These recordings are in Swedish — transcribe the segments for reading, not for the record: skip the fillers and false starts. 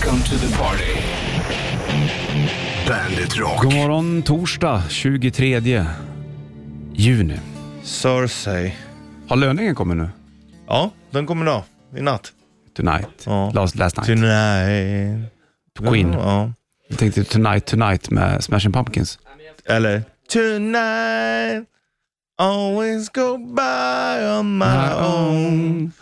Welcome to the party. Bandit Rock. God morgon, torsdag 23 juni. Cersei. Har löningen kommit nu? Ja, den kommer då. I natt. Tonight. Ja. Last night. Tonight. Queen. Ja. Jag tänkte Tonight med Smashing Pumpkins. Eller Tonight always go by on my own.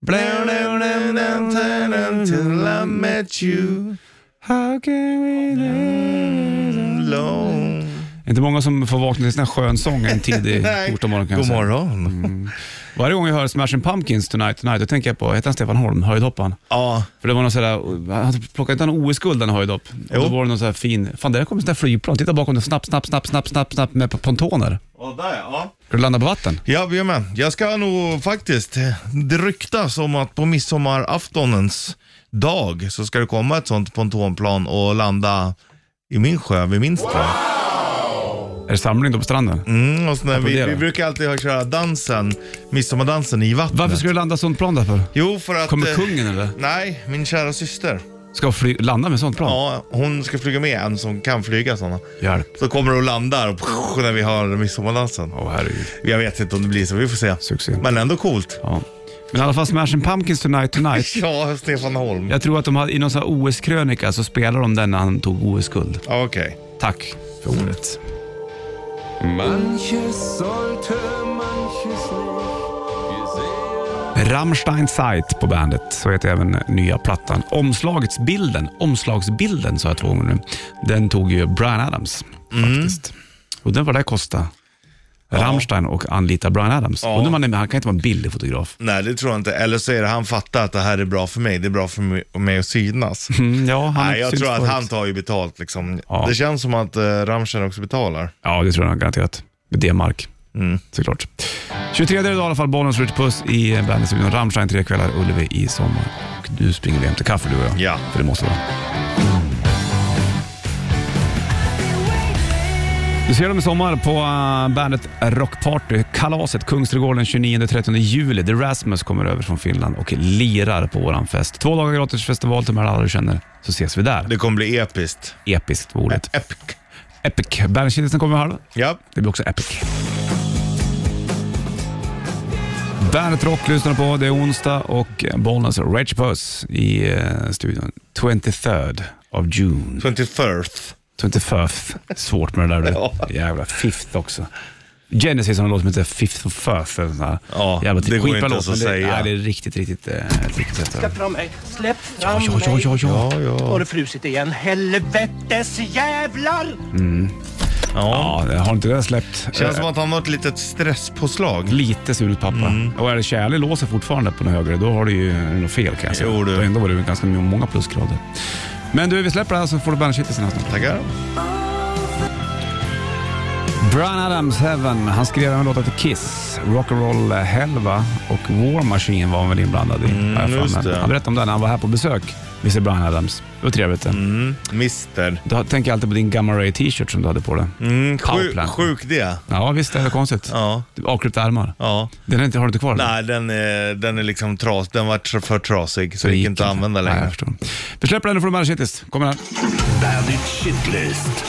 Until I met you. How can we live alone? Inte många som får vakna till sån här skön sång en tidig torsdag morgon kan jag God säga. morgon. Varje gång jag hör Smashing Pumpkins Tonight, då tänker jag på, heter han Stefan Holm, höjdhopparen? Ja. För det var någon sådär, han plockade inte en OS-guld den höjdhopp. Och då var det någon sån här fin, fan där kommer sån där flygplan, titta bakom det, snabbt med pontoner. Och där, ja. Ska du landa på vatten? Ja, vi är med. Jag ska nog faktiskt, det ryktas om att på midsommaraftonens dag så ska det komma ett sånt pontonplan och landa i min sjö, vid min strand. Är det samling då på stranden? Och så vi brukar alltid köra dansen, midsommardansen i vattnet. Varför ska du landa sånt plan därför? Jo, för att... Kommer kungen eller? Nej, min kära syster. Ska landa med sånt plan? Ja, hon ska flyga med en som kan flyga sådana. Hjälp. Så kommer hon landa och när vi har midsommardansen. Herregud. Jag vet inte om det blir så, vi får se. Succé. Men ändå coolt. Ja. Men i alla fall Smashing Pumpkins Tonight. Ja, Stefan Holm. Jag tror att de hade, i någon sån här OS-krönika så spelar de den när han tog OS-guld. Ja, okej. Tack för ordet. Rammstein Zeit på bandet, så heter även nya plattan. Omslagsbilden sa jag 2 gånger nu. Den tog ju Bryan Adams faktiskt. Och den var det kostade. Rammstein och anlita Bryan Adams. Ja. Undrar man, han kan inte vara en billig fotograf. Nej, det tror jag inte. Eller så är det han fattar att det här är bra för mig. Det är bra för mig att synas. Nej, jag tror att han tar ju betalt liksom. Ja. Det känns som att Rammstein också betalar. Ja, det tror jag garanterat. Med D-mark. Såklart. 23 är det i alla fall Bollnäs Ritchie Puss i Bandit-studion. Rammstein 3 kvällar, Ullevi i sommar. Och du springer hem till kaffe, du och jag. Ja. För det måste vara. Du ser dem i sommar på Bandet Rockparty. Kalaset, Kungsträdgården 29-30 juli. The Rasmus kommer över från Finland och lirar på våran fest. 2 dagar gratis festival till alla du känner. Så ses vi där. Det kommer bli episkt. Episkt var ordet. Epic. Bandit-kittelsen kommer halv. Ja. Det blir också epic. Bandet Rock lyssnar på. Det är onsdag och Bollnäs Ritchie Puss i studion. 23rd of June. 21st. Svårt med det där. Ja. Jävla fifth också. Genesis har en låt som heter Fifth of Firth. Ja, jävla det går inte låt, ens att säga. Nej, det är riktigt sätt. Släpp fram mig, släpp fram mig. Ja. Har du frusit igen? Helvetes jävlar! Ja. Ja, har inte det släppt? Känns som att han har ett litet stresspåslag. Lite sur ut pappa. Och är det kärlek låser fortfarande på något högre, då har du ju något fel kan jag säga. Jo, du. Då ändå var det ganska många plusgrader. Men du, vi släpper det här så får du Bandit-kittelsen nästan. Tackar. Bryan Adams, Heaven. Han skrev en låt till Kiss, Rock'n'Roll Helva och War Machine var han väl inblandad i. Just det. Han berättade om den när han var här på besök. Vi ser Bryan Adams. Det var trevligt. Mister. Då tänker jag alltid på din Gamma Ray t-shirt som du hade på dig. Powerplant. Sjuk det. Ja, visst är det konstigt. Ja. Avklippta ärmar. Ja. Den har du inte kvar? Nej, den är liksom den var för trasig så det gick inte att använda längre. Nej, jag förstår. Vi släpper den och får du med shitlist. Kommer här. Bandit Shitlist.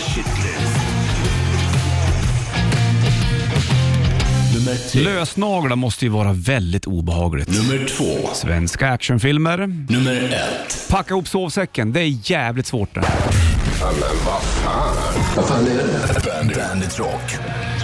Nummer 3. Lösnaglar måste ju vara väldigt obehagligt. Nummer 2. Svenska actionfilmer. Nummer 1. Packa ihop sovsäcken. Det är jävligt svårt det. Men vad fan är det? Bandit Rock.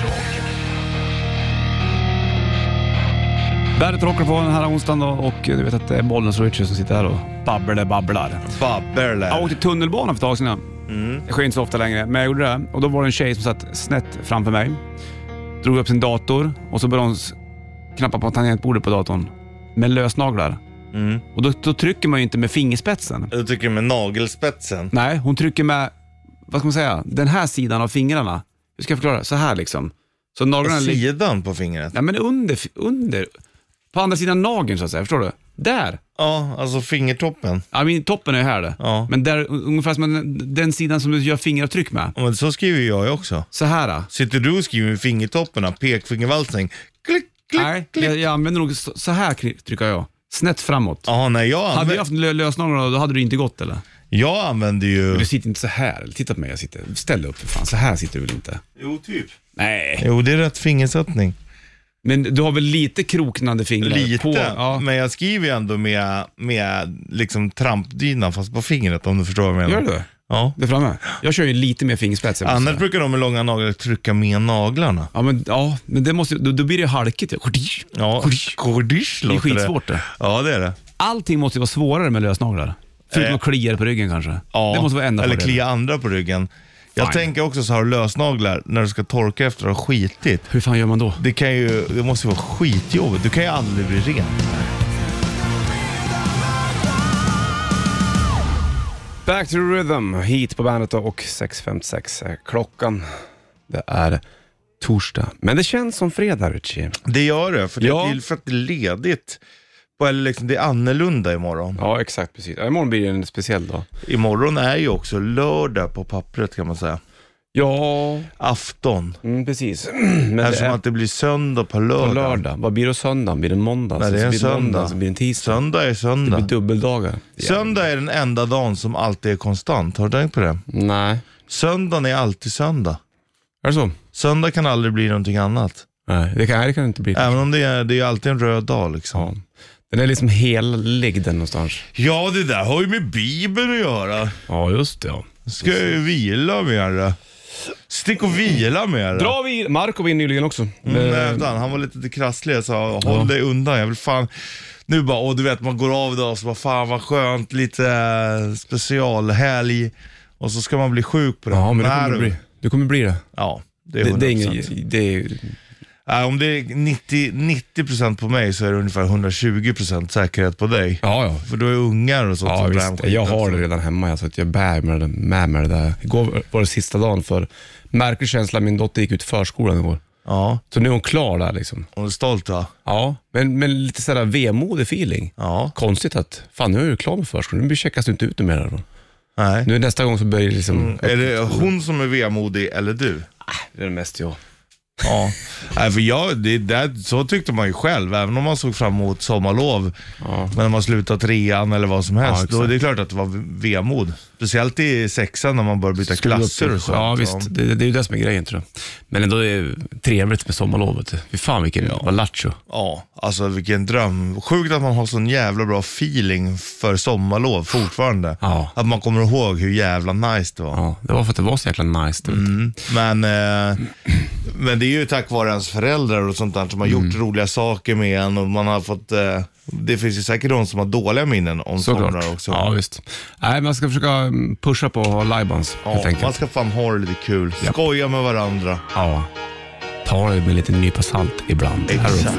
Bandet rockar på den här onsdagen då, och du vet att det är Bollnäs Ritchie som sitter här och babblar. Jag åkte tunnelbanan för ett tag sedan. Det sker inte så ofta längre, men jag gjorde det. Och då var det en tjej som satt snett framför mig. Drog upp sin dator och så började hon knappa på tangentbordet på datorn med lösnaglar. Och då trycker man ju inte med fingerspetsen. Du trycker med nagelspetsen. Nej, hon trycker med, vad ska man säga, den här sidan av fingrarna. Hur ska jag förklara? Så här liksom. Så naglarna Sidan på fingret. Nej, men under. På andra sidan nageln så att säga, förstår du? Där. Ja, alltså fingertoppen. Ja, min toppen är här det. Ja. Men där, ungefär som den sidan som du gör fingeravtryck med. Ja, men så skriver jag ju också. Så här då. Sitter du och skriver med fingertopparna, pekfingervalsning, klick, klick, Nej, klick. jag använder nog så här trycker jag. Snett framåt. Ja, nej, Hade jag haft lösnaglar då hade du inte gått, eller? Jag använder ju... Du sitter inte så här. Titta på mig, jag sitter. Ställ upp för fan. Så här sitter du väl inte? Jo, typ. Nej. Jo, det är rätt fingersättning. Men du har väl lite kroknande fingrar? Lite, på, ja. men jag skriver ju ändå med liksom trampdynan fast på fingret, om du förstår vad jag menar. Gör du? Ja. Det är framme. Jag kör ju lite mer fingerspets. Annars brukar de med långa naglar trycka med naglarna. Ja, men det måste, då blir det halkigt. Ja, kordish Det är låter skitsvårt det. Ja, det är det. Allting måste ju vara svårare med lösnaglar. Förutom att klia på ryggen kanske. Ja, det måste vara enda eller fördelen. klia andra på ryggen. Jag tänker också så här, lösnaglar när du ska torka efter att ha skitit. Hur fan gör man då? Det måste ju vara skitjobbigt. Du kan ju aldrig bli ren. Back to the rhythm, hit på bandet och 6:56 klockan. Det är torsdag. Men det känns som fredag, Richie. Det gör det, för det är för att det är ledigt. Eller liksom, det är annorlunda imorgon. Ja, exakt, precis. Imorgon blir det en speciell dag. Imorgon är ju också lördag på pappret, kan man säga. Ja. Afton. Precis. Men eftersom att det blir söndag på lördag. På lördag. Vad blir det söndag? Blir det måndag? Nej, det är en söndag. Måndag, så blir det en tisdag. Söndag är söndag. Det blir dubbeldagar. Söndag är den enda dagen som alltid är konstant. Har du tänkt på det? Nej. Söndagen är alltid söndag. Är det så? Söndag kan aldrig bli någonting annat. Nej, det kan inte bli. Även om det är alltid en röd dag liksom. Ja. Den är liksom helig den någonstans. Ja, det där har ju med Bibeln att göra. Ja, just det. Ja. Ska jag ju vila med det. Stick och vila med det. Dra vi Marco in nyligen också. Han var lite krasslig. Jag sa, håll dig undan. Jag vill fan... Nu bara, du vet, man går av idag och så bara, fan vad skönt. Lite specialhelg. Och så ska man bli sjuk på det. Ja, men du kommer bli det. Ja, det är 100%. Om det är 90% på mig så är det ungefär 120% säkerhet på dig. Ja. För du är ungar och sånt. Ja, visst. Jag har det redan hemma. Så att jag bär med det där. Igår var det sista dagen för märklig känsla. Min dotter gick ut förskolan igår. Ja. Så nu är hon klar där liksom. Hon är stolt, va? Ja, men lite sådär vemodig feeling. Ja. Konstigt att, fan nu är du klar med förskolan. Nu checkas du inte ut mer då. Nej. Nu nästa gång så börjar det liksom... Är det hon som är vemodig eller du? Det är det mest jag. Ja, nej, för så tyckte man ju själv. Även om man såg fram emot sommarlov. Ja. Men när man slutade 3:an eller vad som helst, då är det klart att det var vemod. Speciellt i 6:an när man börjar byta klasser och så. Ja, visst. Det är ju det som är grejen, tror jag. Men ändå är det trevligt med sommarlovet. Fy fan vilken lattjo. Ja, alltså vilken dröm. Sjukt att man har sån jävla bra feeling för sommarlov fortfarande. Ja. Att man kommer ihåg hur jävla nice det var. Ja, det var för att det var så jäkla nice. Men det är ju tack vare ens föräldrar och sånt där som har gjort roliga saker med en, och man har fått... Det finns ju säkert de som har dåliga minnen om somrar också. Ja, visst. Nej, man ska försöka pusha på livebands, helt enkelt. Man ska fan ha det lite kul. Skoja med varandra. Ja. Ta det med lite nypa salt ibland. Exakt.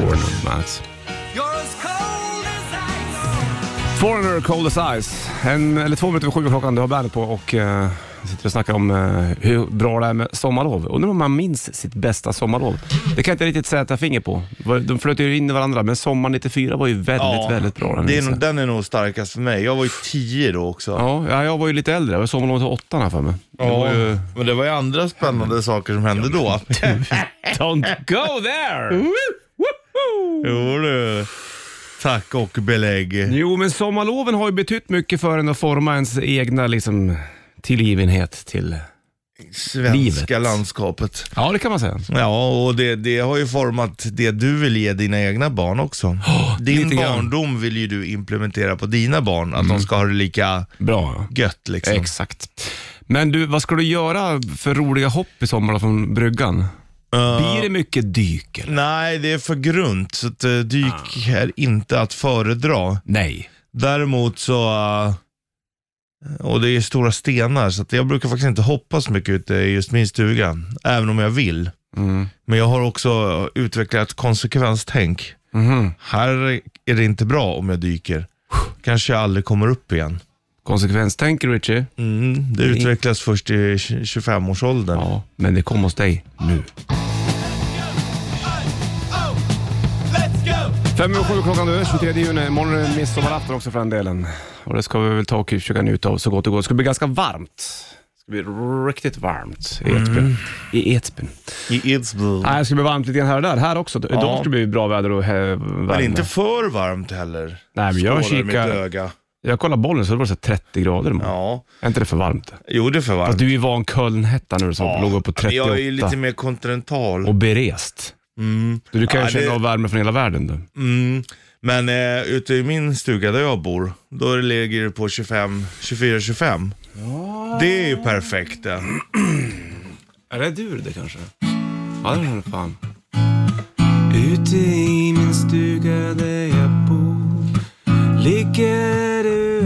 Foreigner, Cold as Ice. 2:07 klockan, du har bandet på och sitter och snackar om hur bra det är med sommarlov. Undrar om man minns sitt bästa sommarlov. Det kan jag inte riktigt sätta finger på. De flöt ju in i varandra, men sommar 94 var ju väldigt bra. Den är nog starkast för mig. Jag var ju 10 då också. Ja, jag var ju lite äldre. Jag var sommarlovet 8 här för mig. Men det var ju andra spännande saker som hände då. Don't go there! Jo du. Tack och belägg. Jo, men sommarloven har ju betytt mycket för en att forma ens egna liksom, tillgivenhet till svenska livet. Landskapet. Ja, det kan man säga. Ja, och det har ju format det du vill ge dina egna barn också. Din barndom vill ju du implementera på dina barn. Att de ska ha det lika bra gött liksom. Exakt. Men du, vad ska du göra för roliga hopp i sommar då, från bryggan? Blir det mycket dyk? Eller? Nej, det är för grunt. Så att, dyk är inte att föredra. Nej. Däremot så... och det är stora stenar, så att jag brukar faktiskt inte hoppa så mycket ute i just min stuga. Även om jag vill. Men jag har också utvecklat konsekvenstänk. Här är det inte bra om jag dyker. Kanske jag aldrig kommer upp igen. Konsekvenstänk, Richie? Det utvecklas först i 25-årsåldern. Ja, men det kommer hos dig nu. 5:07 klockan nu, 23 juni. Imorgon är midsommarafton också för den delen. Och det ska vi väl ta och försöka njuta av så gott det går. Det ska bli ganska varmt. Det ska Det blir riktigt varmt i Edsbyn. I Edsbyn. Nej, det ska bli varmt lite grann här också. Ja. Då ska det bli bra väder och värme. Men inte för varmt heller. Nej, men jag kikar. Jag kollar bollen så det var så 30 grader. Ja. Är inte det för varmt? Jo, det är för varmt. Fast du är ju van Kölnhetta nu som låg upp på 38. Jag är ju lite mer kontinental. Och berest. Du kan ju känna av värme från hela världen då. Men ute i min stuga där jag bor, då ligger det på 24-25. Det är ju perfekt. Är det du det kanske? Ja, det är det fan. Ute i min stuga där jag bor ligger du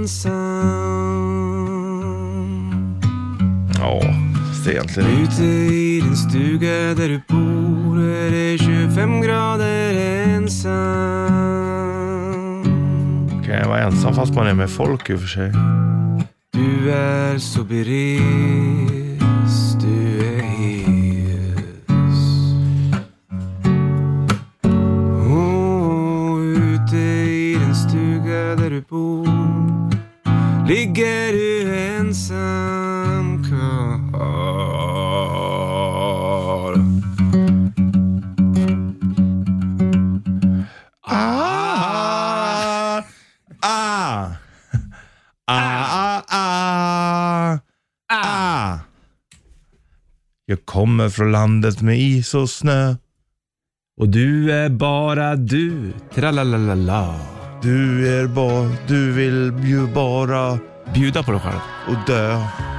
ensam. Ja, det är egentligen. Ute i din stuga där du bor är det 25 grader ensam. Kan jag vara ensam fast man är med folk i och för sig. Du är så berest, du är hes. Ute i din stuga där du bor ligger du ensam kvar. Jag kommer från landet med is och snö. Och du är bara du. Tralalala. Du vill ju bara bjuda på dig själv och dö.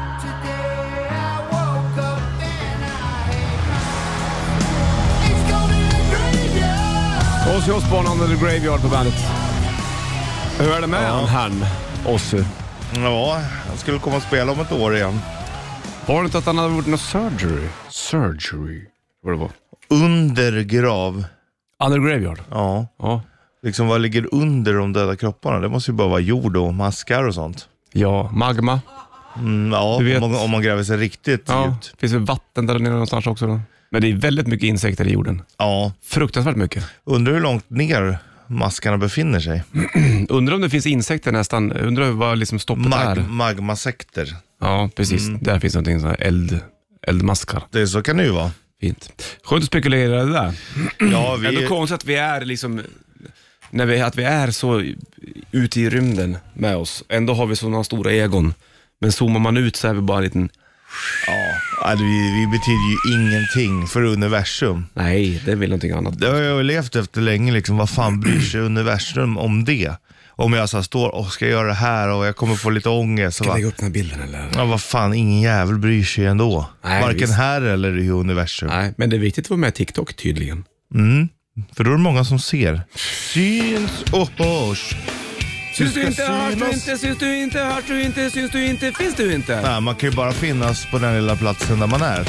Ozzy Osbourne on the Graveyard på bandet. Hur är det med han, Ozzy? Ja, han skulle komma och spela om ett år igen. Var det inte att han hade gjort någon surgery? Vad det var? Under grav. Under Graveyard? Ja. Liksom vad ligger under de döda kropparna? Det måste ju bara vara jord och maskar och sånt. Ja, magma. Ja, om man gräver sig riktigt djupt. Finns det vatten där nere någonstans också då? Men det är väldigt mycket insekter i jorden. Ja. Fruktansvärt mycket. Undrar hur långt ner maskarna befinner sig. Undrar om det finns insekter nästan. Undrar vad liksom stoppet är. Magmasekter. Ja, precis. Där finns någonting sån här eldmaskar. Det så kan det ju vara. Fint. Skönt att spekulera det där. Ja, det är ändå konstigt att vi är liksom att vi är så ute i rymden med oss. Ändå har vi sådana stora egon. Men zoomar man ut så är vi bara en liten... Ja, vi betyder ju ingenting för universum. Nej, det är väl någonting annat. Det har jag levt efter länge liksom. Vad fan bryr sig universum om det? Om jag så står och ska göra det här och jag kommer få lite ångest. Ska jag lägga upp den här bilden eller? Ja, vad fan, ingen jävel bryr sig ändå. Nej, varken här eller i universum. Nej, men det är viktigt att vara med i TikTok tydligen. För då är det många som ser. Syns och hörs. Syns du inte, hörs du inte, syns du inte, hörs du inte, syns du inte, finns du inte. Nej, man kan ju bara finnas på den lilla platsen där man är.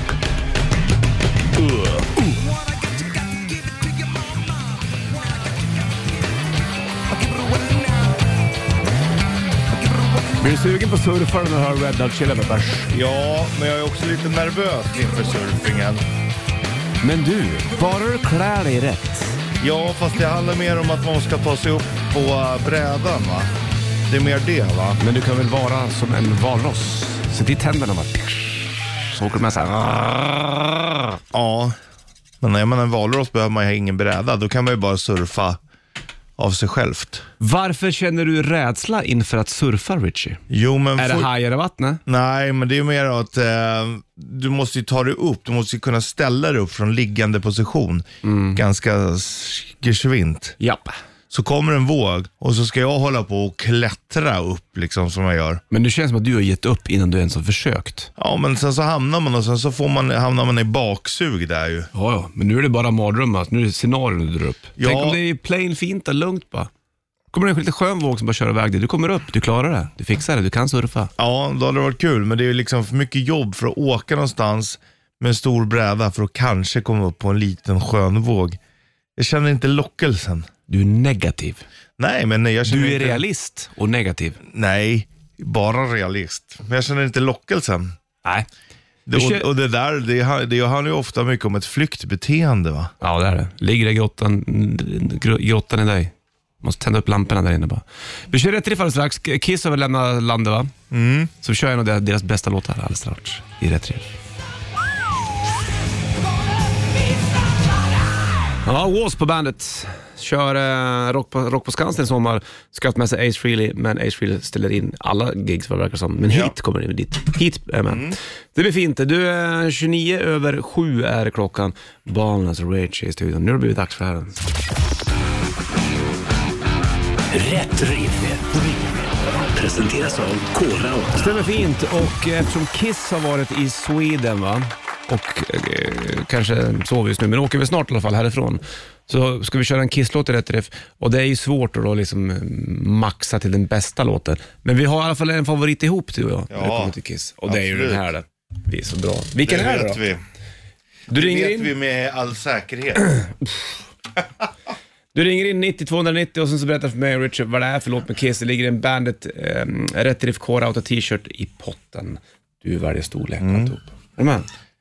Blir du sugen på surfar när du har Red Hot Chili Peppers? Ja, men jag är också lite nervös inför surfingen. Men du, bara du klär dig rätt. Ja, fast det handlar mer om att man ska ta sig upp på brädan, va? Det är mer det, va? Men du kan väl vara som en valross? Sätt i tänderna, va? Så åker du med så här. Ja, men när man är en valross behöver man ju ingen bräda. Då kan man ju bara surfa av sig självt. Varför känner du rädsla inför att surfa, Richie? Jo, men är det hajar i vattnet? Nej, men det är mer att du måste ju ta dig upp. Du måste ju kunna ställa dig upp från liggande position. Ganska gesvint. Japp. Så kommer en våg och så ska jag hålla på och klättra upp liksom som jag gör. Men det känns som att du har gett upp innan du ens har försökt. Ja, men sen så hamnar man och sen så hamnar man i baksug där ju. Ja, men nu är det bara mardrömmar. Nu är det scenarion du drar upp. Ja. Tänk om det är plain fint och lugnt bara. Kommer det en lite skön våg som bara kör iväg dig. Du kommer upp, du klarar det. Du fixar det, du kan surfa. Ja, då hade det varit kul. Men det är liksom för mycket jobb för att åka någonstans med en stor bräda för att kanske komma upp på en liten skön våg. Jag känner inte lockelsen. Du är negativ. Nej, men jag känner du är inte... realist och negativ. Nej, bara realist. Men jag känner inte lockelsen. Nej. Och det där, det handlar ju ofta mycket om ett flyktbeteende, va? Ja, det är det. Ligger det grottan i dig? Måste tända upp lamporna där inne bara. Vi kör rätt riff alldeles strax. Kiss har väl lämnat landet, va? Så vi kör en av deras bästa låtar alldeles strax i rätt riff. Ja, Walls på bandet. Kör rock på Skansen i sommar. Skatt med sig Ace Frehley, men Ace Frehley ställer in alla gigs vad det verkar som. Men hit kommer det dit. Hit är med. Det blir fint. Du är 29:07 är klockan. Barnens Rage i studion. Nu har det blivit dags för här. Rätt riff. Presenteras av Kora 8. Stämmer fint. Och eftersom Kiss har varit i Sweden, va? Och kanske sover just nu, men åker vi snart i alla fall härifrån, så ska vi köra en Kiss-låt i rätt riff. Och det är ju svårt att då liksom maxa till den bästa låten. Men vi har i alla fall en favorit ihop, du och jag, när det kommer till Kiss. Och det är ju den här där. Vi är så bra. Vilken är det då? Vi. Du ringer vet in. vi med all säkerhet. Du ringer in 90-290 och sen så berättar för mig och Richard vad det är för låt med Kiss. Det ligger en Bandet rätt riff Kora Auto t-shirt i potten. Du väljer storlek. Är du med?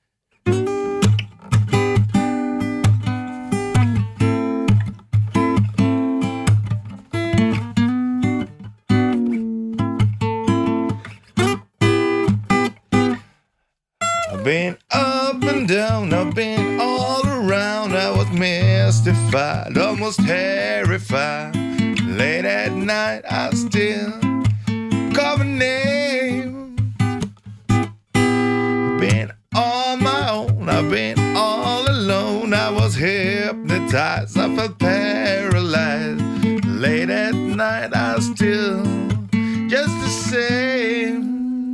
I've been up and down, I've been all around. I was mystified, almost terrified. Late at night I still call my name. I've been on my own, I've been all alone. I was hypnotized, I felt paralyzed. Late at night I still just the same.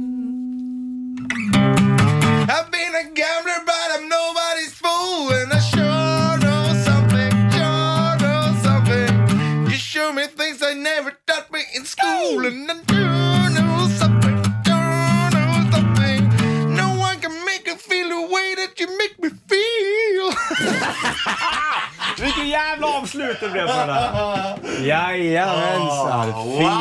I've been a gambler, but I'm nobody's fool. And I sure know something, sure know something. You show me things I never taught me in school. And I sure know something, sure know something. No one can make me feel the way that you make me feel. Vilken jävla avslut det blev på det där. Jajamensan.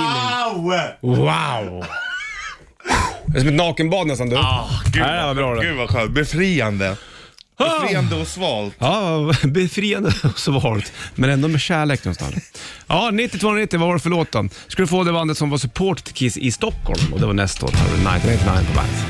Wow. Det är som ett nakenbad nästan, du. Gud, det var bra det. Gud vad skönt, befriande. Befriande och svalt. Ja, befriande och svalt. Men ändå med kärlek någonstans. Ja, 90-290, vad var det för låten? Skulle få det bandet som var support till Kiss i Stockholm. Och det var nästa år, 1999 på bandet.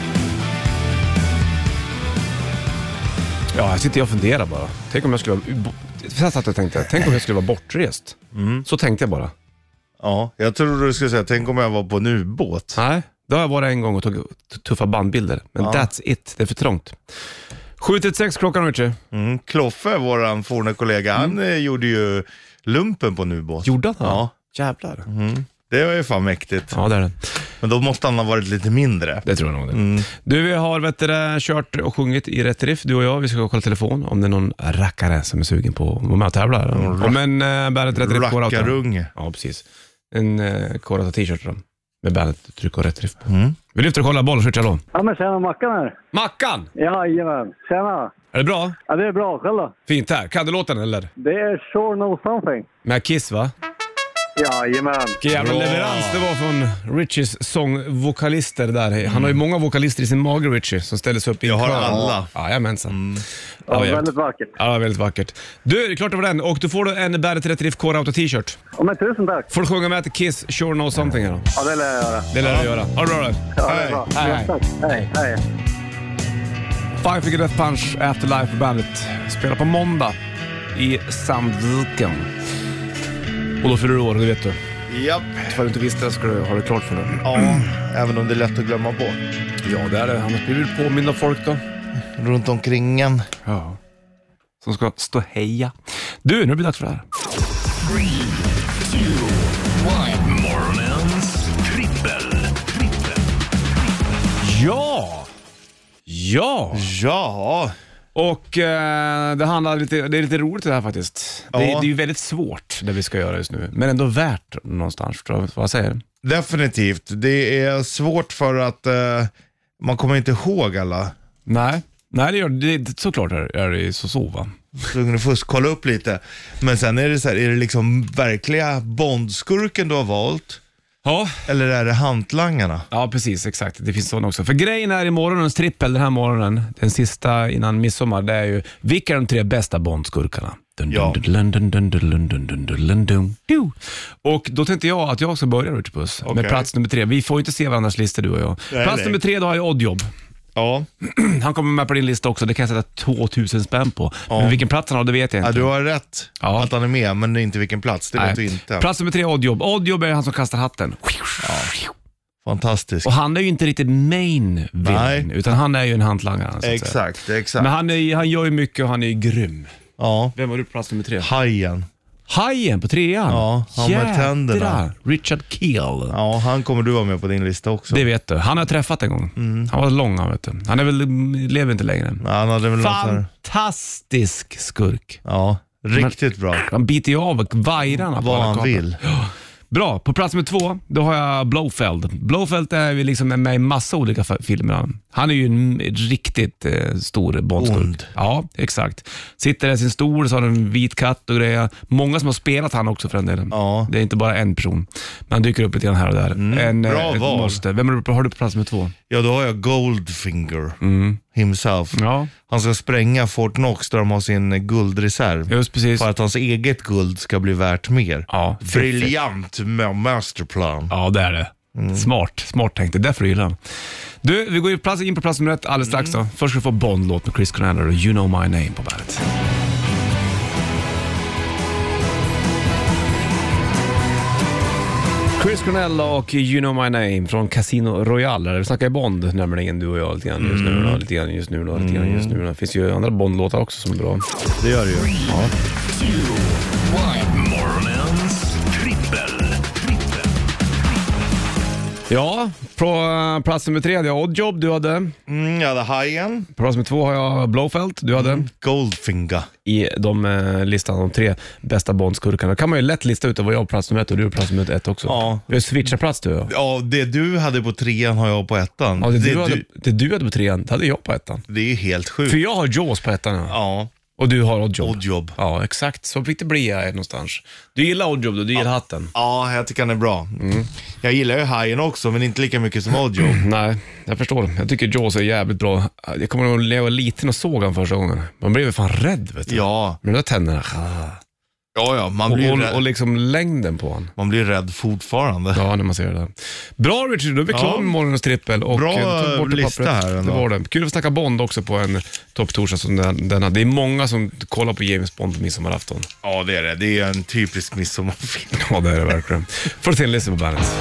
Ja, jag sitter och funderar bara. Tänk om jag skulle vara bortrest. Så tänkte jag bara. Ja, jag trodde du skulle säga, tänk om jag var på en ubåt. Nej, då har jag varit en gång och tagit tuffa bandbilder. Men that's it, det är för trångt. 7:36 klockan, Richie. Kloffe, våran forna kollega, han gjorde ju lumpen på en ubåt. Gjorde han? Ja. Jävlar. Det var ju fan mäktigt. Ja, det är det. Men då måste han ha varit lite mindre. Det tror jag nog det. Du, vi har kört och sjungit i rätt riff, du och jag. Vi ska kolla telefon om det är någon rackare som är sugen på att vara med och tävla. Om en Bandet rätt riff Kora Auto. Rackarunge. Ja, precis. En Kora Auto t-shirt då, med Bandet tryck och rätt riff. Vi lyfter och kollar boll och switchar då. Ja, men tjena, Mackan här. Mackan! Jajamän, tjena. Är det bra? Ja, det är bra, själv då? Fint här. Kan du låten eller? Det är Sure Know Something. Med Kiss, va? Jajamän. Vilken jävla leverans det var från Richies sångvokalister där. Han har ju många vokalister i sin mage, Richie, som ställer sig upp i Jag har kör. alla. Jajamensan. Ja, väldigt vackert. Ja, väldigt vackert. Du, det är klart det var den. Och du får då en Bandet rätt riff Kora Auto t-shirt. Ja, men tusen tack. Får du sjunga med till Kiss Sure Know Something här då? Ja, det lär jag göra. Det lär du göra. Ha det bra då. Ja, det är bra. Hej, hej. Tack. Hej, hej. Five Finger Death Punch Afterlife på Bandet. Spelar på måndag i Sandviken. Och då fyller du år, det vet du. Japp. För du inte visste det ska du ha det klart för det. Ja, även om det är lätt att glömma bort. Ja, det är det. Annars blir du påminna folk då. Runt omkring en. Ja. Som ska stå heja. Du, nu blir det dags för det här. 3, 2, 1. Morgonens trippel. Ja! Ja! Ja. Och det är lite roligt det här faktiskt. Ja. Det är ju väldigt svårt det vi ska göra just nu. Men ändå värt någonstans, tror jag vad jag säger. Definitivt. Det är svårt för att man kommer inte ihåg alla. Nej, det gör det. Såklart är det så va? Så du får kolla upp lite. Men sen är det så här, är det liksom verkliga bondskurken du har valt? Ja. Eller är det hantlangarna? Ja, precis, exakt. Det finns sådana också. För grejen är i morgonens trippel den här morgonen, den sista innan midsommar, det är ju vilka är de 3 bästa bondskurkarna? Och då tänkte jag att jag ska börja, Richard Puss, med plats nummer 3. Vi får inte se varandras listor, du och jag. Plats nummer 3, då har jag Oddjob. Ja. Han kommer med på din lista också, det kan jag sätta 2000 spänn på. Men vilken plats han har, det vet jag inte. Ja, du har rätt att han är med, men inte vilken plats, det vet du inte. Plats nummer 3, Oddjob. Oddjob är han som kastar hatten. Fantastiskt. Och han är ju inte riktigt main villain, utan han är ju en hantlangare. Exakt. Men han gör ju mycket och han är ju grym. Ja. Vem var du på plats nummer 3? Hajen på 3. Ja, han med tänderna. Richard Kiel. Ja, han kommer du vara med på din lista också. Det vet du. Han har träffat en gång. Han var lång, han vet du. Han är väl, lever inte längre. Ja, han hade väl fantastisk skurk. Ja, riktigt bra. Han biter ju av vajrarna vad han vill. Bra, på plats nummer 2 då har jag Blofeld. Blofeld är ju liksom med i massa olika filmer. Han är ju en riktigt stor bondskurk. Ja, exakt. Sitter i sin stol, så har en vit katt och grejer. Många som har spelat han också för den delen. Ja. Det är inte bara en person. Men han dyker upp lite grann här och där. Bra val. Vem har du på plats nummer 2? Ja, då har jag Goldfinger himself. Ja. Han ska spränga Fort Knox där de har sin guldreserv. Just precis. För att hans eget guld ska bli värt mer. Ja, briljant masterplan. Ja, det är det. Smart tänkt. Det är därför du gillar. Du, vi går in på plats nummer 1 alldeles strax då. Först ska vi få Bond-låt med Chris Cornell och You Know My Name på bandet. Chris Cornell och You Know My Name från Casino Royale. Vi snackar Bond nämligen, du och jag, lite grann just nu. Lite grann just nu. Det finns ju andra Bond-låtar också som är bra. Det gör det ju. 3, 2, 1. Morgonens trippel. Ja, på plats nummer 3 hade jag Oddjob, du hade? Jag hade Hajen. På plats nummer 2 har jag Blofeld, du hade? Goldfinger. I listan de 3 bästa Bondskurkarna. Kan man ju lätt lista ut vad jag på plats nummer 1 och du på plats nummer 1 också. Ja. Vi har switchat plats, du och jag. Ja, det du hade på 3:an har jag på 1:an. Ja, det du hade på 3:an, det hade jag på 1:an. Det är ju helt sjukt. För jag har Jaws på 1:an. Ja. Och du har Oddjob. Oddjob. Ja, exakt. Så fick det bli här någonstans. Du gillar Oddjob då, du gillar hatten. Ja, jag tycker han är bra. Jag gillar ju Hajen också, men inte lika mycket som Oddjob. Nej, jag förstår. Jag tycker Jaws är jävligt bra. Jag kommer ihåg när jag var liten och såg han första gången. Man blev fan rädd, vet du. Ja. Med de där tänderna. Ja, man blir rädd. Och liksom längden på han. Man blir rädd fortfarande. Ja, när man ser det. Bra, Richard, då är vi klar med morgonens trippel. Och bra lista här ändå. Det var det. Kul att snacka Bond också på en topptorsdag som denna. Det är många som kollar på James Bond på midsommarafton. Ja, det är det. Det är en typisk midsommarfilm. Ja, det är det verkligen. Får till Lizzy på bandet.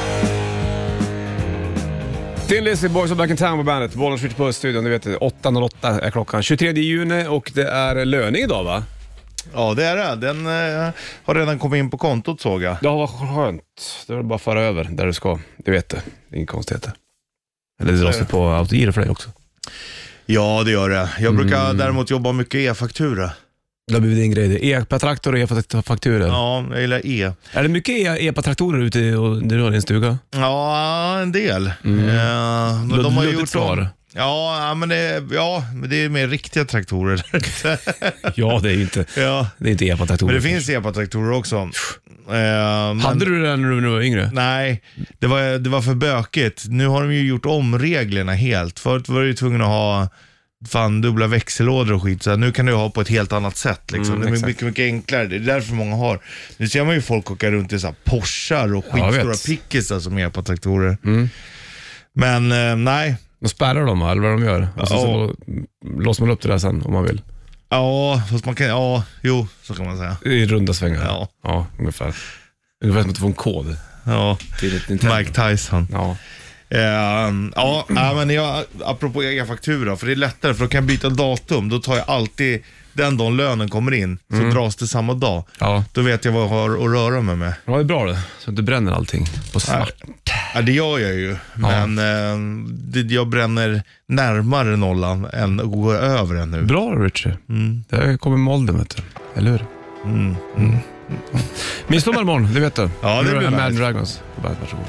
Till Lizzy, Boys of Black in Town på bandet. Bollen switch på studion, du vet, 8:08 är klockan. 23 juni och det är löning idag, va? Ja, det är det. Den har redan kommit in på kontot, såg jag. Ja, vad skönt. Det är bara att föra över där du ska. Det vet du. Det är inga konstigheter. Eller det dras på autogiro för dig också. Ja, det gör det. Jag brukar däremot jobba mycket e-faktura. Det har blivit din grej. E-patraktor och e-fakturer. Ja, jag gillar e. Är det mycket e-patraktorer ute i din stuga? Ja, en del. Men de har gjort svar. Ja, men det är mer riktiga traktorer. Ja, det är inte det är inte epa-traktorer. Men det finns epa-traktorer också. Hade du det när du var yngre? Nej, det var för bökigt. Nu har de ju gjort om reglerna helt. Förut var du ju tvungen att ha dubbla växellådor och skit. Så nu kan du ha på ett helt annat sätt. Liksom. Det är mycket, mycket enklare. Det är därför många har. Nu ser man ju folk åka runt i så här Porschar och skitstora pickisar som är på traktorer. Men nej. De spärrar dem, eller vad de gör. Och så låser man upp det där sen om man vill. Ja, fast man kan, så kan man säga. I runda svängar. Ja, ungefär. Ungefär som att få en kod. Ja, Mike Tyson. Ja. Men apropå e-faktura, för det är lättare, för då kan jag byta datum. Då tar jag alltid den dagen lönen kommer in, så dras det samma dag. Ja. Då vet jag vad jag har att röra mig med. Ja, det är bra det. Så att du bränner allting på svart. Ja, det gör jag ju. Men jag bränner närmare nollan än att gå över den nu. Bra, Richard. Det kommer med åldern, vet du. Eller hur? Midsommar imorgon, det vet du. Ja, det blir Mad Dragons. Varsågod.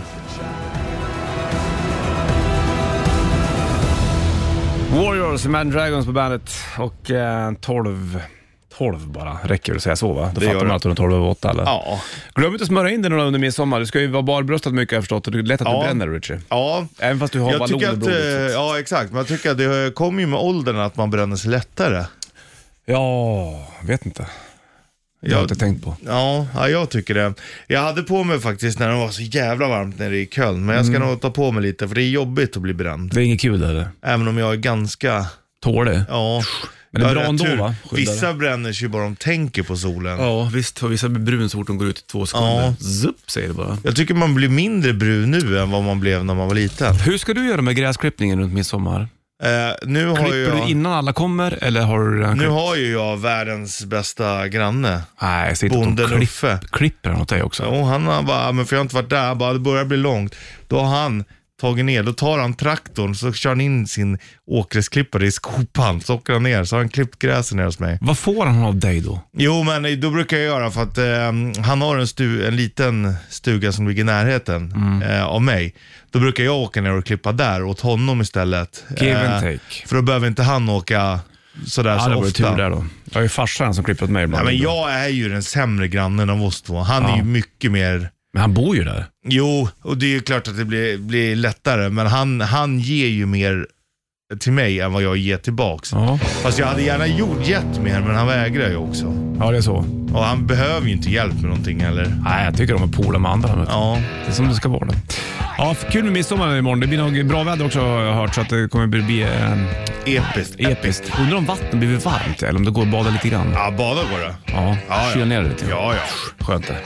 Warriors, Mad Dragons på bandet. Och 12 bara, räcker det att säga så, va? Då fattar man att de är 12/8 eller? Ja. Glöm inte att smöra in den under midsommar. Du ska ju vara barbröstat mycket, jag förstått. Och det är lätt att du bränner, Richard. Ja. Även fast du har ballon i blodet. Ja, exakt. Men jag tycker att det kommer ju med åldern att man bränner sig lättare. Ja, vet inte. Det har jag inte tänkt på. Ja, jag tycker det. Jag hade på mig faktiskt när det var så jävla varmt nere i Köln. Men jag ska nog ta på mig lite, för det är jobbigt att bli bränd. Det är inget kul eller? Även om jag är ganska... Tålig? Ja. Men det är bra ändå, va? Vissa bränner sig bara de tänker på solen. Ja, visst. Och vissa blir brun så fort de går ut i 2 sekunder. Ja. Zupp, säger det bara. Jag tycker man blir mindre brun nu än vad man blev när man var liten. Hur ska du göra med gräsklippningen runt midsommar? Nu har Klipper du innan alla kommer, eller har du redan Nu klippt? har ju jag världens bästa granne. Nej, jag ser Bonden inte Uffe. Klipper han åt dig också? Och han har bara, men för jag har inte varit där, bara det börjar bli långt. Då har han tagit ner, då tar han traktorn, så kör han in sin åkgräsklippare i skopan, så åker han ner, så har han klippt gräsen ner hos mig. Vad får han av dig då? Jo, men då brukar jag göra för att han har en liten stuga som ligger i närheten av mig. Då brukar jag åka ner och klippa där åt honom istället. Give and take. För då behöver inte han åka sådär så det var ofta. tur där då. Jag är ju farsan som klipper åt mig ibland. Ja, men jag är ju den sämre grannen av oss två. Han är ju mycket mer... Men han bor ju där. Jo, och det är ju klart att det blir lättare. Men han ger ju mer till mig än vad jag ger tillbaks. Ja. Fast jag hade gärna gjort mer, men han vägrar ju också. Ja, det är så. Och han behöver ju inte hjälp med någonting heller. Nej, jag tycker de är polar med andra. Ja. Det är som det ska vara. Ja, kul med midsommar imorgon. Det blir nog bra väder också, har jag hört, så att det kommer bli episkt. Undrar om vattnet blir varmt eller om det går att bada lite grann. Ja, bada går det. Ja, Ja, kyla ner det lite. Ja. Skönt det.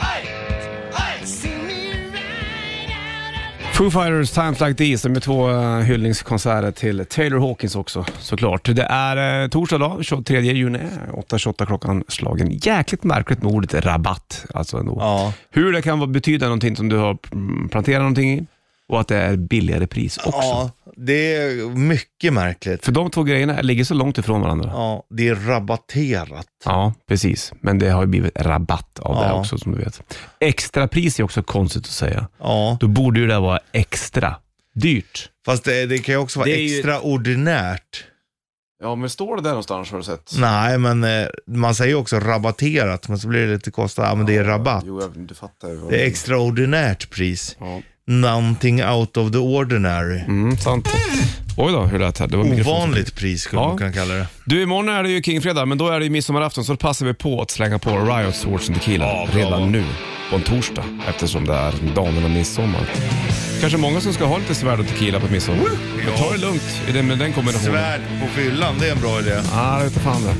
Foo Fighters, Times Like These, med 2 hyllningskonserter till Taylor Hawkins också, såklart. Det är torsdag dag, 23 juni, 8:28 klockan slagen. Jäkligt märkligt med ordet rabatt, alltså ändå. Ja. Hur det kan betyda någonting som du har planterat någonting i, och att det är billigare pris också. Ja, det är mycket märkligt. För de 2 grejerna ligger så långt ifrån varandra. Ja, det är rabatterat. Ja, precis. Men det har ju blivit rabatt av det Ja. också, som du vet. Extra pris är också konstigt att säga. Ja. Då borde ju det vara extra dyrt. Fast det kan ju också vara Det är ju- extraordinärt. Ja, men står det där någonstans, har du sett? Nej, men man säger ju också rabatterat, men så blir det lite kostnad. Ja, men det är rabatt. Jo, du fattar ju. Det är extraordinärt pris. Ja. Någonting out of the ordinary. Sant. Oj då, hur lät det här? Det var Ovanligt pris skulle Ja. man kunna kalla det. Du, imorgon är det ju Kingfredag, men då är det ju midsommarafton, så då passar vi på att slänga på Riot Swords and Tequila redan nu på en torsdag, eftersom det är dagen och midsommar. Kanske många som ska ha lite svärd och tequila på midsommar. Men ta det lugnt med den kombinationen. Svärd på fyllan, det är en bra idé. Ja, det är inte fan det.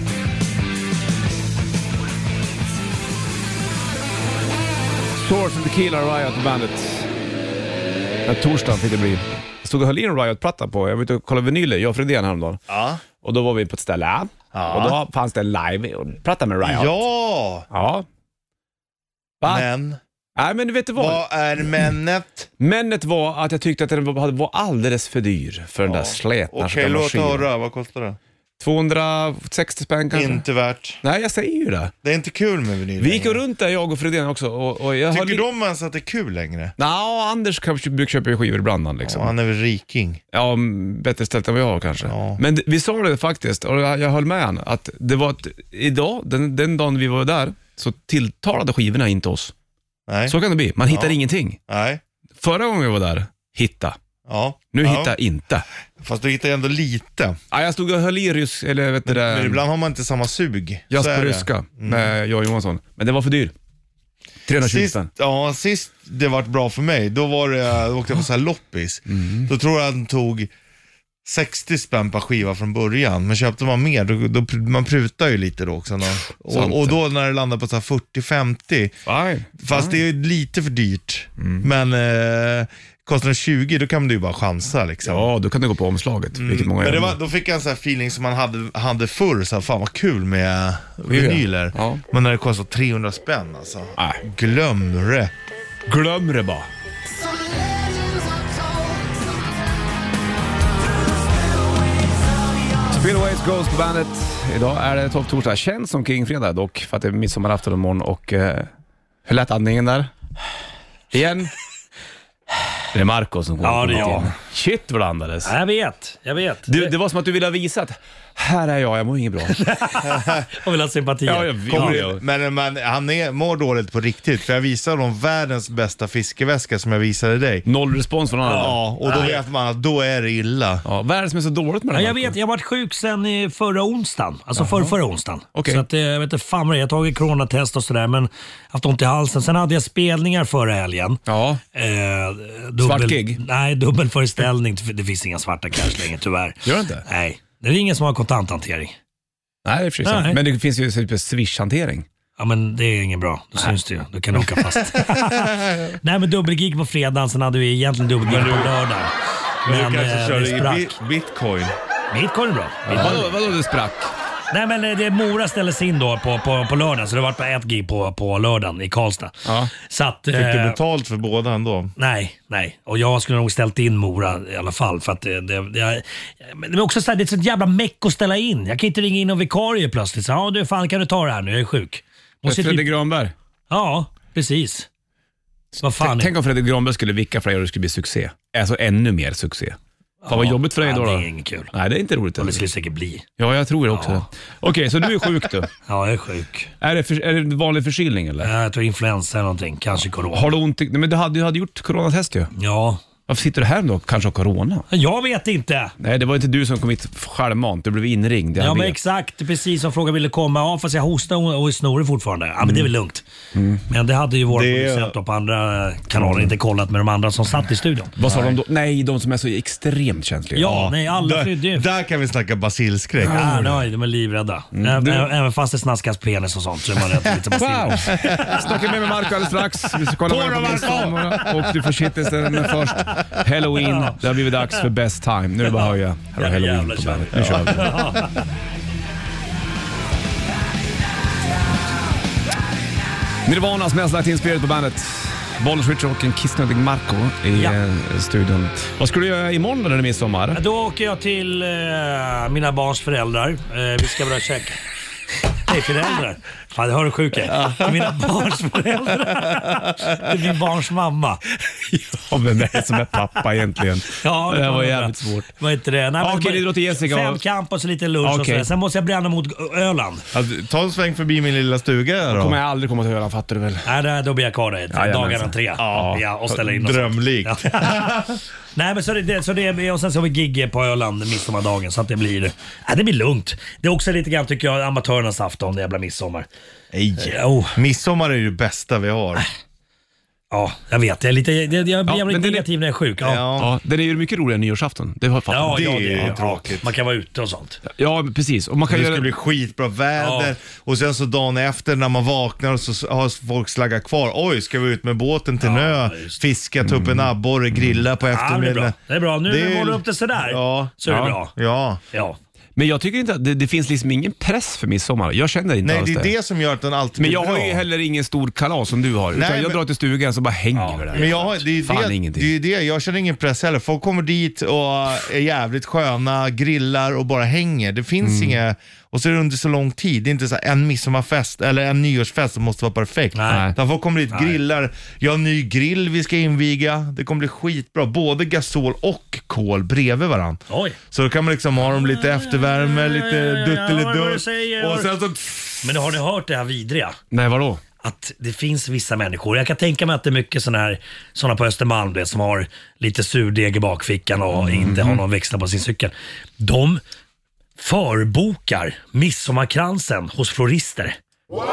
Swords and Tequila, Riot och Bandet. En torsdag fick det bli. Jag stod och höll in en Riot-platta på. Jag var ute och kollade vinyler, jag och Fredén häromdagen. Ja. Och då var vi på ett ställe. Ja. Och då fanns det en live och pratade med Riot. Ja, Ja. Va? men Nej, men du vet vad? vad är männet? Männet var att jag tyckte att den var alldeles för dyr för den där slätna. Okej, låt höra. Vad kostar det? 260 spänn kanske. Inte värt. Nej, jag säger ju det. Det är inte kul med vinyl Vi gick längre. runt där, jag och Fredén också. Och jag Tycker de ens att det är kul längre? Anders brukar köpa skivor ibland liksom. Ja, han är väl riking. Ja, bättre ställt än vad jag har kanske. Ja. Men vi sa det faktiskt, och jag höll med han, att det var idag, den dagen vi var där, så tilltalade skivorna inte oss. Nej. Så kan det bli. Man hittar ingenting. Nej. Förra gången vi var där, hitta. Ja. Nu ja. hittar inte. Fast du hittar ändå lite. Ja, jag stod och höll i rysk, eller vet du det. Men ibland har man inte samma sug. Just Så är på det. ryska med Johan Johansson. Men det var för dyr. 320 spänn. Sist det var bra för mig, då åkte jag på så här loppis. Då tror jag att den tog 60 spänn per skiva från början. Men köpte man mer, då man prutar ju lite då också. Och då när det landar på så här 40-50. Fine. Fast det är ju lite för dyrt. Men kostar det 20, då kan du ju bara chansa liksom. Ja, då kan det gå på omslaget. Vilket många Men gör. då fick jag en sån här feeling som man hade förr, så här, fan vad kul med vinyler. Ja. Men när det kostar 300 spänn alltså. Nej. Glöm det. Glöm det bara. Spillways Ghost på bandet. Idag är det topptorsdag. Känns som Kingfredag dock, för att det är midsommarafton imorgon. Och hur lät andningen där? Igen. Det är Marco som kommer. Ja, det är jag. Shit vad det andades. Ja, jag vet. Det var som att du ville visa att här är jag mår inget bra. Och vill ha sympati. Ja, jag vill. Men han mår dåligt på riktigt. För jag visade dem världens bästa fiskeväska som jag visade dig. Noll respons från andra. Ja, och då vet man att då är det illa. Ja, vad är det som är så dåligt med det? Ja, jag vet, jag har varit sjuk sen förra onsdagen. Alltså förra onsdagen. Okej. Så att, jag vet inte fan vad det är. Jag har tagit coronatest och sådär, men haft ont i halsen. Sen hade jag spelningar förra helgen. Ja. Svart gig? Nej, dubbelföreställning. Det finns inga svarta cash längre, tyvärr. Gör det inte? Nej, det är ingen som har kontanthantering. Nej, det är precis sant. Men det finns ju typ Swish-hantering. Ja, men det är ingen bra. Då syns det ju. Då kan du åka fast. Nej, men dubbelgig på fredagen. Sen hade vi egentligen dubbelgig på lördagen. Men du kanske det kör sprack. i bitcoin. Bitcoin är bra. Vadå det sprack? Nej, men det Mora ställdes in då på lördagen, så det var på ett gig på lördagen i Karlstad. Ja. Så att, Fick du betalt för båda ändå? Nej. Och jag skulle nog ställt in Mora i alla fall. För att men det är också så här, det är ett sånt jävla meck att ställa in. Jag kan inte ringa in någon vikarie plötsligt. Så, du fan, kan du ta det här nu? Jag är sjuk. Fredrik Granberg? Ja, precis. Vad fan Tänk om Fredrik Granberg skulle vicka för dig och det skulle bli succé. Alltså ännu mer succé. Fan vad jobbigt för dig då. Det är inget kul. Nej, det är inte roligt. Och det skulle säkert bli. Ja, jag tror det också. Ja. Okej, så du är sjuk du? Ja, jag är sjuk. Är det vanlig förkylning eller? Jag tror influensa eller någonting. Kanske corona. Har du ont i... Nej, men du hade gjort coronatest ju. Ja. Varför sitter du här då? Kanske har corona? Jag vet inte. Nej, det var inte du som kom hit självmant. Du blev inringd. Ja, men exakt. Precis som frågan ville komma. Ja, fast jag hostar och är snorig fortfarande. Ja, men det är väl lugnt. Men det hade ju våra producenter på andra kanaler inte kollat med de andra som satt i studion. Vad sa de då? Nej, de som är så extremt känsliga. Ja, nej, alla flydde ju. Där kan vi snacka basilskräck. Ja, nej, de är livrädda. Även fast det snaskas penis och sånt så är man rätt lite basil. Wow! Snackar med Marco alldeles strax. Vi ska kolla vad det är. Och du får shitlisten, men först Halloween. Det har blivit dags för Best Time. Nu är det bara att höja. Här har Halloween på bandet. Nu kör vi. Nirvanas mest lagt in spelet på bandet. Bollnäs Richard och en kissnödig Marco i studion. Vad ska du göra imorgon när det är midsommar? Då åker jag till mina barns föräldrar. Vi ska börja käka. Nej, föräldrar. Fan, det hör du sjuk är. Mina barns föräldrar. Det är min barns mamma. Ja, men det är som är pappa egentligen. Ja, det var jävligt svårt. Var inte det? Nej, Okej, det låter Jessica. Femkamp och så lite lunch och så. Sen måste jag bränna mot Öland. Alltså, ta en sväng förbi min lilla stuga då. Kommer jag aldrig komma till Öland, fattar du väl? Nej, då blir jag kvar där. Dagarna 3. Ja, och ställa in oss. Drömlikt. Ja. Nej, men så det, och sen så har vi gig på Öland midsommardagen, så att det blir lugnt. Det är också lite grann, tycker jag, amatörernas afton, det jävla midsommar. Nej. Midsommar är ju det bästa vi har. Ja, jag vet. Jag blir lite negativ när jag är sjuk. Ja, det är ju mycket roligare än nyårsafton. Det är ju tråkigt. Man kan vara ute och sånt. Ja, precis. Och man kan det ska bli skitbra väder. Och sen så dagen efter när man vaknar så har folk slaggat kvar. Oj, ska vi ut med båten till Nö, fiska, ta upp en abborre, grilla på eftermiddagen. Det är bra. Nu när vi målar upp det sådär så är det bra. Ja. Men jag tycker inte att det finns liksom ingen press för midsommar. Jag känner inte alls det. Nej, det är det som gör att den alltid men blir jag bra. har ju heller ingen stor kalas som du har. Jag drar till stugan så bara hänger vi där. Men det är ju det. Jag känner ingen press heller. Folk kommer dit och är jävligt sköna, grillar och bara hänger. Det finns inga... Och så är det under så lång tid. Det är inte så här en midsommarfest eller en nyårsfest som måste vara perfekt. Utan folk kommer dit, grillar. Jag har en ny grill vi ska inviga. Det kommer bli skitbra. Både gasol och kol bredvid varandra. Så då kan man liksom ha dem lite eftervärme, lite duttelidutt. Och sen så... Men har ni hört det här vidriga? Nej, vadå? Att det finns vissa människor, jag kan tänka mig att det är mycket sådana på Östermalm som har lite surdeg i bakfickan och inte har någon växla på sin cykel. De förbokar midsommarkransen hos florister. Wow!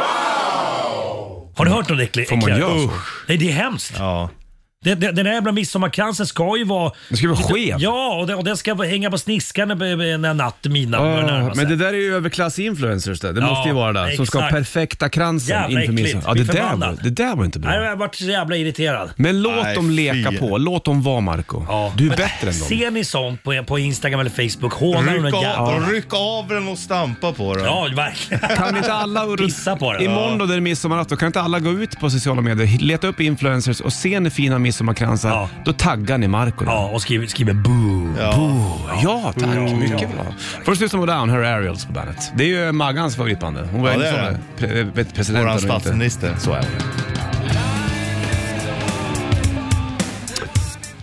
Har du hört något äckligt? Får man göra så? Nej, det är hemskt. Ja. Den här jävla midsommarkransen ska ju vara... Det ska vara skev. Ja, och den ska hänga på sniskan när natten midnatt. Men det där är ju överklass-influencers det måste ju vara där. Som ska ha perfekta kransen jävla inför midsommar. Ja, det där var inte bra. Nej, jag har varit så jävla irriterad. Men låt dem leka på. Låt dem vara, Marco. Ja. Du är bättre än dem. Ser ni sånt på Instagram eller Facebook? Ryck av den och stampa på den. Ja, verkligen. Kan inte alla pissa på den? Imorgon då det är midsommarafton, kan inte alla gå ut på sociala medier, leta upp influencers och se ni fina midsommarkransar, då taggar ni Marco. Ja, och skriver boo. Ja, tack. Mycket bra. Först lyssnar vi Down, här är Ariels på bandet. Det är ju Maggans favoritband. Hon var presidenten. Våran statsminister. Så är det.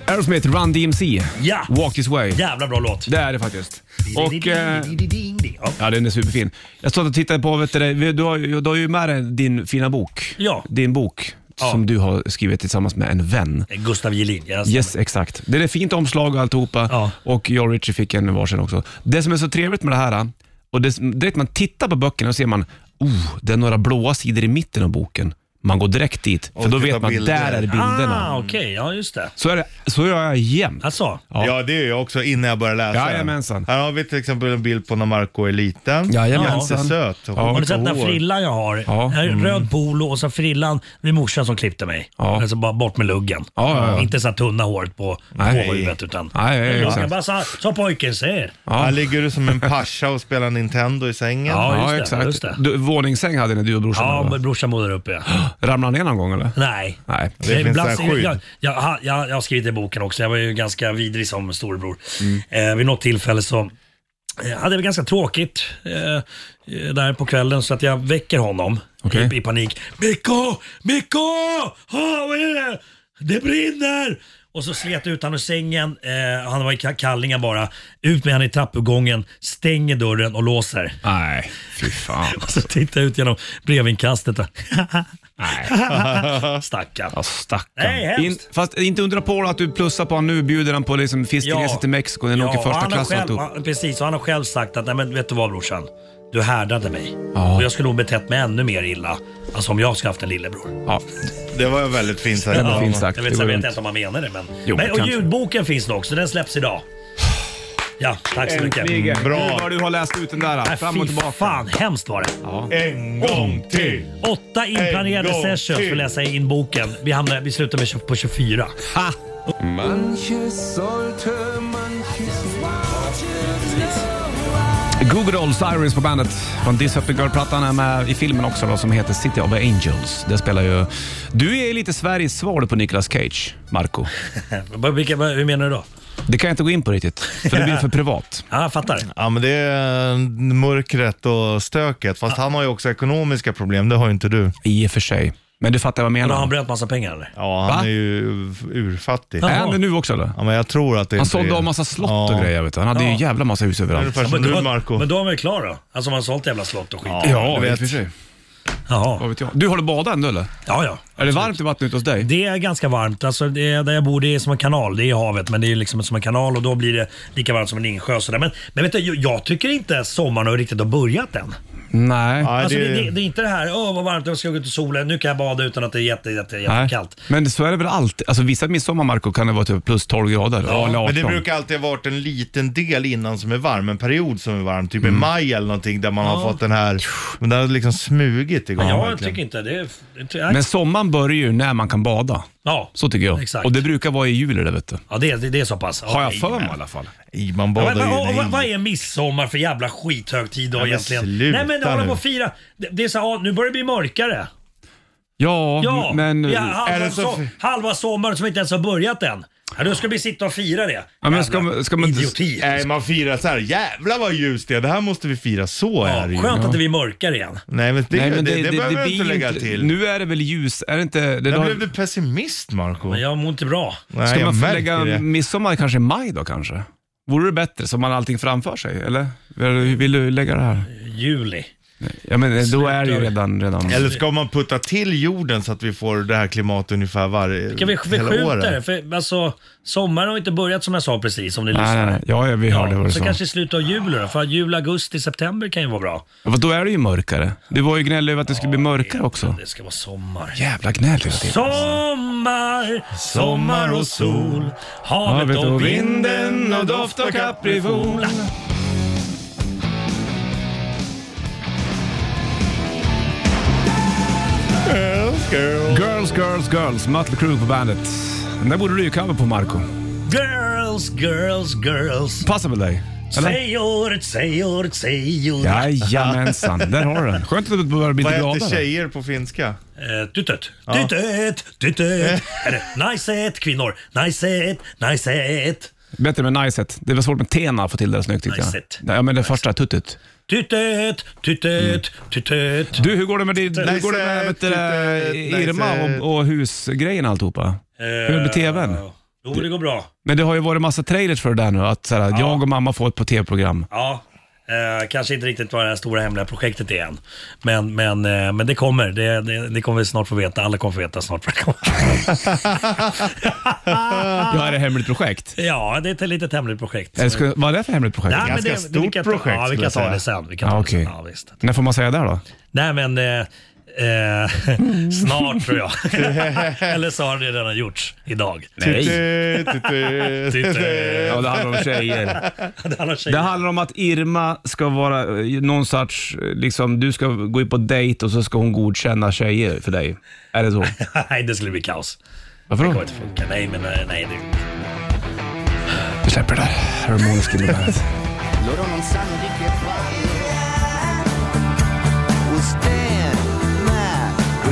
Aerosmith, Run DMC. Ja. Walk This Way. Jävla bra låt. Det är det faktiskt. Och, ja, den är superfin. Jag stod och tittade på, du har ju med dig din fina bok. Ja. Din bok. Som du har skrivit tillsammans med en vän. Gustav Jelin. Yes, exakt. Det är ett fint omslag och alltihopa. Ja. Och jag och Richie fick en varsin också. Det som är så trevligt med det här, och det man tittar på böckerna och ser man, det är några blåa sidor i mitten av boken. Man går direkt dit, för då vet man att där är bilderna. Okej, ja just det. Så gör jag jämt. Alltså? Ja, det är jag också innan jag börjar läsa. Jajamensan. Här har vi till exempel en bild på när Marco är liten. Jajamensan. Söt. Har du sett den frillan jag har? Ja. Röd polo och så frillan. Det är morsan som klippte mig. Ja. Alltså bara bort med luggen. Ja. Inte så tunna håret på huvudet utan luggen bara så pojken ser. Ja. Här ligger du som en pascha och spelar Nintendo i sängen. Ja, exakt. Just det. Våningssäng hade du och brorsan. Ja, brorsan bodde där uppe. Ramlade ner någon gång eller? Nej. Det finns där skydd. Jag har skrivit i boken också. Jag var ju ganska vidrig som storebror. Vid något tillfälle så hade jag ganska tråkigt där på kvällen så att jag väcker honom i panik. Mikko! Vad är det? Det brinner! Och så slet ut han ur sängen. Han var i kallingar bara. Ut med han i trappuppgången. Stänger dörren och låser. Nej, fy fan. Och så tittar jag ut genom brevinkastet. Stackarn. Ja, stackarn. Nej, fast inte undra på att du plussar på han nu. Bjuder han på liksom fiskeresa till Mexiko. Den åker första klass. Precis, och han har själv sagt att nej, men vet du vad brorsan? Du härdade mig. Och jag skulle nog betett mig ännu mer illa. Alltså om jag skulle haft en lillebror. Ja. Det var väldigt fint sagt. Ja, fint sagt. Jag vet inte om man menar det. Men och ljudboken finns nog också. Den släpps idag. Ja, tack så mycket. Bra. Vad du har läst ut den där. Fram och tillbaka. Fan, hemskt var det. Ja. En gång till. 8 inplanerade sessions för att läsa in boken. Vi slutar med på 24. Ha! Google Dolls, Sirens på bandet från This Up The Girl-plattan är med i filmen också då, som heter City of Angels. Det spelar ju... Du är lite Sveriges svar på Nicolas Cage, Marco. Hur menar du då? Det kan jag inte gå in på riktigt, för det blir för privat. Ja, jag fattar. Ja, men det är mörkret och stöket. Fast han har ju också ekonomiska problem, det har ju inte du. I och för sig. Men du fattar vad jag menar. Har han bröt massa pengar eller? Ja, han är ju urfattig. Är han det nu också då? Ja, men jag tror att det han sålde av massa slott och grejer, vet du. Han hade ju jävla massa hus överallt. Men då är man klar då? Alltså man har sålt jävla slott och skit. Ja, det vet vi sig. Jaha. Vad vet jag. Du har du badat ändå eller? Ja. Är det varmt i vattnet hos dig? Det är ganska varmt. Alltså där jag bor det är som en kanal. Det är havet men det är liksom som en kanal och då blir det lika varmt som en insjö och sådär. Men vet du, jag tycker inte sommaren har riktigt börjat än. Nej. Alltså, det är inte det här, vad varmt, jag ska gå ut i solen, nu kan jag bada utan att det är jättekallt. Men så är det väl alltid. Alltså vissa midsommar, Marco, kan det vara typ plus 12 grader. Ja, men det brukar alltid ha varit en liten del innan som är varm, en period som är varm, typ i maj eller någonting där man har fått den här, men det har liksom smugit igång. Ja, jag tycker inte det. Men sommaren börjar ju när man kan bada. Ja, så tycker jag. Exakt. Och det brukar vara i juli, det vet du. Ja, det är så pass. Har jag för mig i alla fall. Man badar vad är midsommar för jävla skithögtid då egentligen? Sluta. Nej, men hålla på att fira. Det är så, nu börjar det bli mörkare. Ja, men... halva sommaren som inte ens har börjat än. Ja, då ska vi sitta och fira det. Ja, men ska man idioti. Nej, man firar så här. Jävlar vad ljust det är. Det här måste vi fira så är det ju. Skönt att det blir mörkare igen. Nej, men det behöver du inte lägga till. Nu är det väl ljus, är det inte... Jag blev du pessimist, Marco. Men jag mår inte bra. Nej, ska man lägga midsommar kanske i maj då kanske? Vore det bättre så man har allting framför sig, eller? Vill du lägga det här? Juli. Ja, men då är det ju redan... Eller ska man putta till jorden så att vi får det här klimatet ungefär kan vi skjuta det? För alltså, sommaren har inte börjat som jag sa precis, om ni lyssnar. Nej. Ja, vi hörde vad du sa. Så kanske i slutet av juli då, för jul, augusti, september kan ju vara bra. Ja, då är det ju mörkare. Det var ju gnäll över att det skulle bli mörkare också. Det ska vara sommar. Jävla gnäll hela tiden. Sommar och sol, havet och vinden och doft av kaprifol. Girls, Mötley Crüe på bandet. Den där borde du ju cover på, Marco. Girls. Passar väl dig? Säg ordet. Jajamensan, där har du den. Skönt att du börjar bli lite gladare. Vad heter tjejer på finska? Tuttet. Nice kvinnor. Nice. Bättre med nice-et. Det var svårt med tena att få till det snyggt, tycker jag. Ja, men det första, tuttet. Tuttet. Du, hur går det med Irma och husgrejen alltihopa? Hur är det med tvn? Jo, det går bra. Men det har ju varit massa trailers för det där nu, att såhär, jag och mamma får ett på tv-program. Ja, kanske inte riktigt vad det här stora hemliga projektet är än. Men det kommer. Det kommer vi snart få veta. Alla kommer få veta snart vad det kommer. Ja, är det hemligt projekt? Ja, det är ett litet hemligt projekt. Vad är det för hemligt projekt? Nej, men Ganska stort projekt, Ja, vi kan ta det sen. Okay. Ja, visst. När får man säga det då? Nej, men snart tror jag. Eller så har det redan gjorts idag. Nej. Titte. Ja, det handlar om tjejer. Det handlar om att Irma ska vara någon sorts, liksom, du ska gå in på dejt och så ska hon godkänna tjejer för dig. Är det så? Nej, det skulle bli kaos. Varför då? Det kommer inte funka. Nej, men nej. Vi släpper det där. Måneskin med bandet. Loro non sanno di che fare. We'll stand my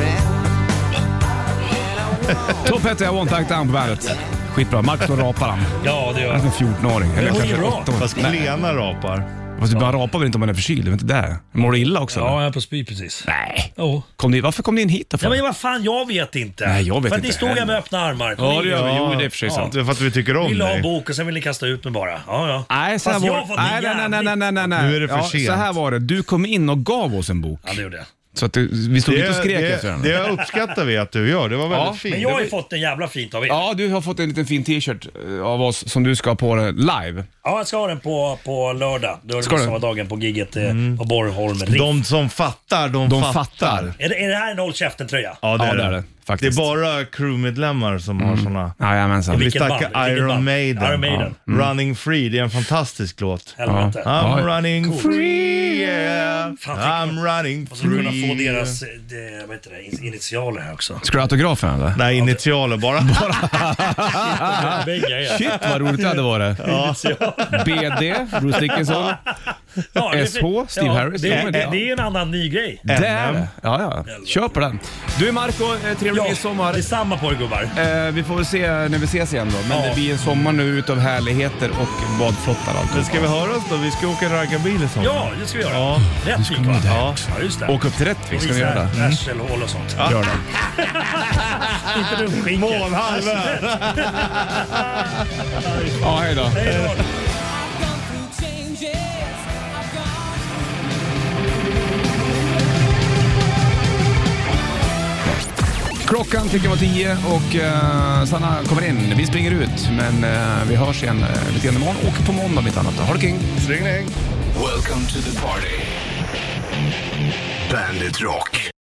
ground. Top heter jag, One Tank Down på bandet. Skitbra, Max och rapar han. Ja, det gör Han är en 14-åring. Eller hon är kanske bra. 8 år. Fast klena rapar. Fast du bara rapar väl inte om man är förkyld? Det är inte där. Mår du illa också? Ja, eller? jag är på spy precis. Nej. Oh. Varför kom ni in hit då? Ja, men vad fan, jag vet inte. Nej, jag vet för att inte ni stod här heller. med öppna armar. Ja, det gör vi. Jo, Ja. det är för sig sant. Det är för att vi tycker om Vill ha en dig. bok och sen vill ni kasta ut mig bara. Ja. Nej, så här Fast jag var har fått nej, nej. Nu är det för sent. Så här var det. Du kom in och gav oss en bok. Ja, det gjorde jag. Så att vi stod inte och skrek efter den. Det uppskattar vi att du gör. Det var väldigt Ja, fint. Men jag har ju fått en jävla fint av er. Ja, du har fått en liten fin t-shirt av oss som du ska ha på dig live. Ja, jag ska ha den på lördag. Då är Ska det du? samma dagen på gigget på Borgholm. De som fattar, de fattar. Är det här en Håll Käften-tröja? Ja, det Ja, är det är det. det. Faktiskt. Det är bara crewmedlemmar som har såna. Jajamensan. Vi Vilket band? tackar Vilket Iron band? Maiden. Iron Maiden. Ja. Running Free, det är en fantastisk låt. Helvete. I'm Ja. running Coolt. free, yeah. Fan, I'm running Och så kunna få free. deras vad heter det, initialer här också. Ska du ha autografen eller? Nej, initialer bara. Bägge är. Shit vad roligt det hade varit. BD, Bruce Dickinson. Ja, det är- SH, Steve Harris. Det Ja, är men ju en annan ny grej. Det är det. Ja. Kör på den. Du Marco, trevlig midsommar. det är samma på er gubbar. Vi får väl se när vi ses igen då. Men Ja. det blir en sommar nu utav härligheter och badflottar och allt. Men ska vi höra oss då? Vi ska åka raggarbil i sommar. Ja, det ska vi göra. Ja. Rättvik va? Ja, just det. Åka upp till Rättvik, ska vi göra det? Värselhål och sånt. Gör det. Inte dumskinka. Månhalvön. Ja, hej då. Hej då. Klockan tickar var 10 och Sanna kommer in. Vi springer ut, men vi hörs igen lite grann imorgon och på måndag mitt annat. Ha det king. Ring. Welcome to the party. Bandit Rock.